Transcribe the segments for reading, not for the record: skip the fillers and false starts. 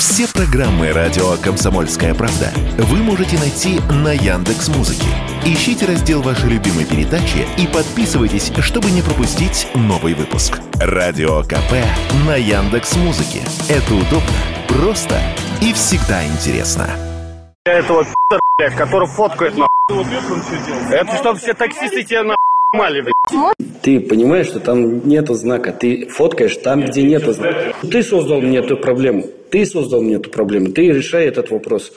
Все программы радио «Комсомольская правда» вы можете найти на Яндекс.Музыке. Ищите раздел вашей любимой передачи и подписывайтесь, чтобы не пропустить новый выпуск. Радио КП на Яндекс.Музыке. Это удобно, просто и всегда интересно. Этого пи***а, блядь, который фоткает, нахуй. Это чтобы все таксисты тебя нахуй мали, блядь. Ты понимаешь, что там нету знака. Ты фоткаешь там, где нету знака. Ты создал мне эту проблему. Ты решай этот вопрос.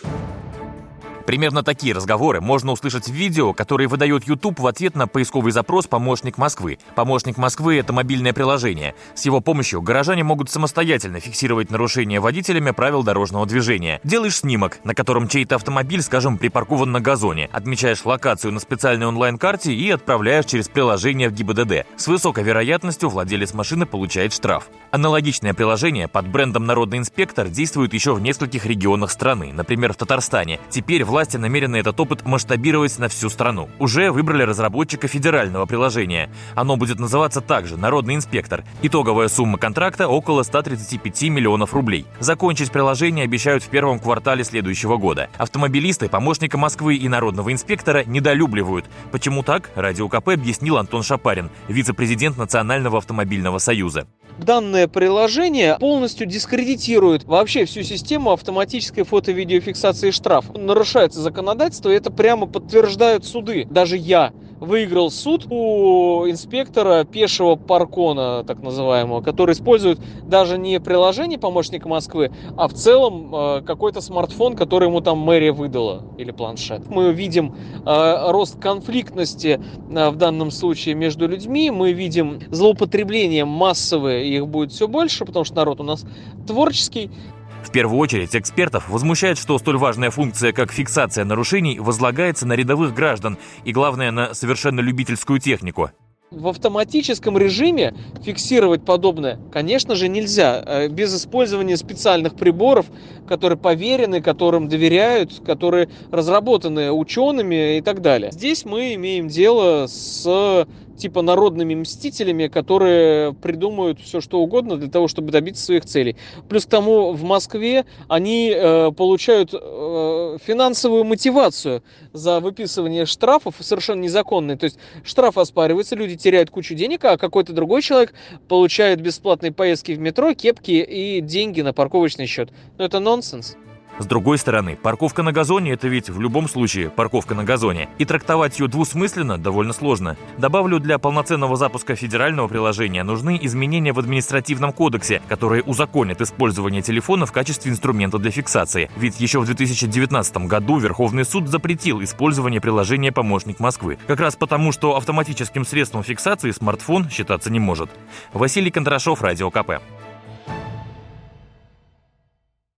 Примерно такие разговоры можно услышать в видео, которые выдает YouTube в ответ на поисковый запрос «Помощник Москвы». «Помощник Москвы» — это мобильное приложение. С его помощью горожане могут самостоятельно фиксировать нарушения водителями правил дорожного движения. Делаешь снимок, на котором чей-то автомобиль, скажем, припаркован на газоне, отмечаешь локацию на специальной онлайн-карте и отправляешь через приложение в ГИБДД. С высокой вероятностью владелец машины получает штраф. Аналогичное приложение под брендом «Народный инспектор» действует еще в нескольких регионах страны, например, в Татарстане. Теперь власти намерены этот опыт масштабировать на всю страну. Уже выбрали разработчика федерального приложения. Оно будет называться также «Народный инспектор». Итоговая сумма контракта около 135 миллионов рублей. Закончить приложение обещают в первом квартале следующего года. Автомобилисты «Помощника Москвы» и «Народного инспектора» недолюбливают. Почему так? Радио КП объяснил Антон Шапарин, вице-президент Национального автомобильного союза. Данное приложение полностью дискредитирует вообще всю систему автоматической фото-видеофиксации штрафов. Нарушается законодательство, и это прямо подтверждают суды. Даже я выиграл суд у инспектора пешего паркона, так называемого, который использует даже не приложение «Помощника Москвы», а в целом какой-то смартфон, который ему там мэрия выдала, или планшет. Мы видим рост конфликтности в данном случае между людьми, мы видим злоупотребления массовые, их будет все больше, потому что народ у нас творческий. В первую очередь экспертов возмущает, что столь важная функция, как фиксация нарушений, возлагается на рядовых граждан и, главное, на совершенно любительскую технику. В автоматическом режиме фиксировать подобное, конечно же, нельзя. Без использования специальных приборов, которые поверены, которым доверяют, которые разработаны учеными и так далее. Здесь мы имеем дело с типа народными мстителями, которые придумают все что угодно для того, чтобы добиться своих целей. Плюс к тому, в Москве они получают финансовую мотивацию за выписывание штрафов совершенно незаконные. То есть штраф оспаривается, люди теряют кучу денег, а какой-то другой человек получает бесплатные поездки в метро, кепки и деньги на парковочный счет. Но это нонсенс. С другой стороны, парковка на газоне – это ведь в любом случае парковка на газоне. И трактовать ее двусмысленно довольно сложно. Добавлю, для полноценного запуска федерального приложения нужны изменения в административном кодексе, которые узаконят использование телефона в качестве инструмента для фиксации. Ведь еще в 2019 году Верховный суд запретил использование приложения «Помощник Москвы». Как раз потому, что автоматическим средством фиксации смартфон считаться не может. Василий Кондрашов, Радио КП.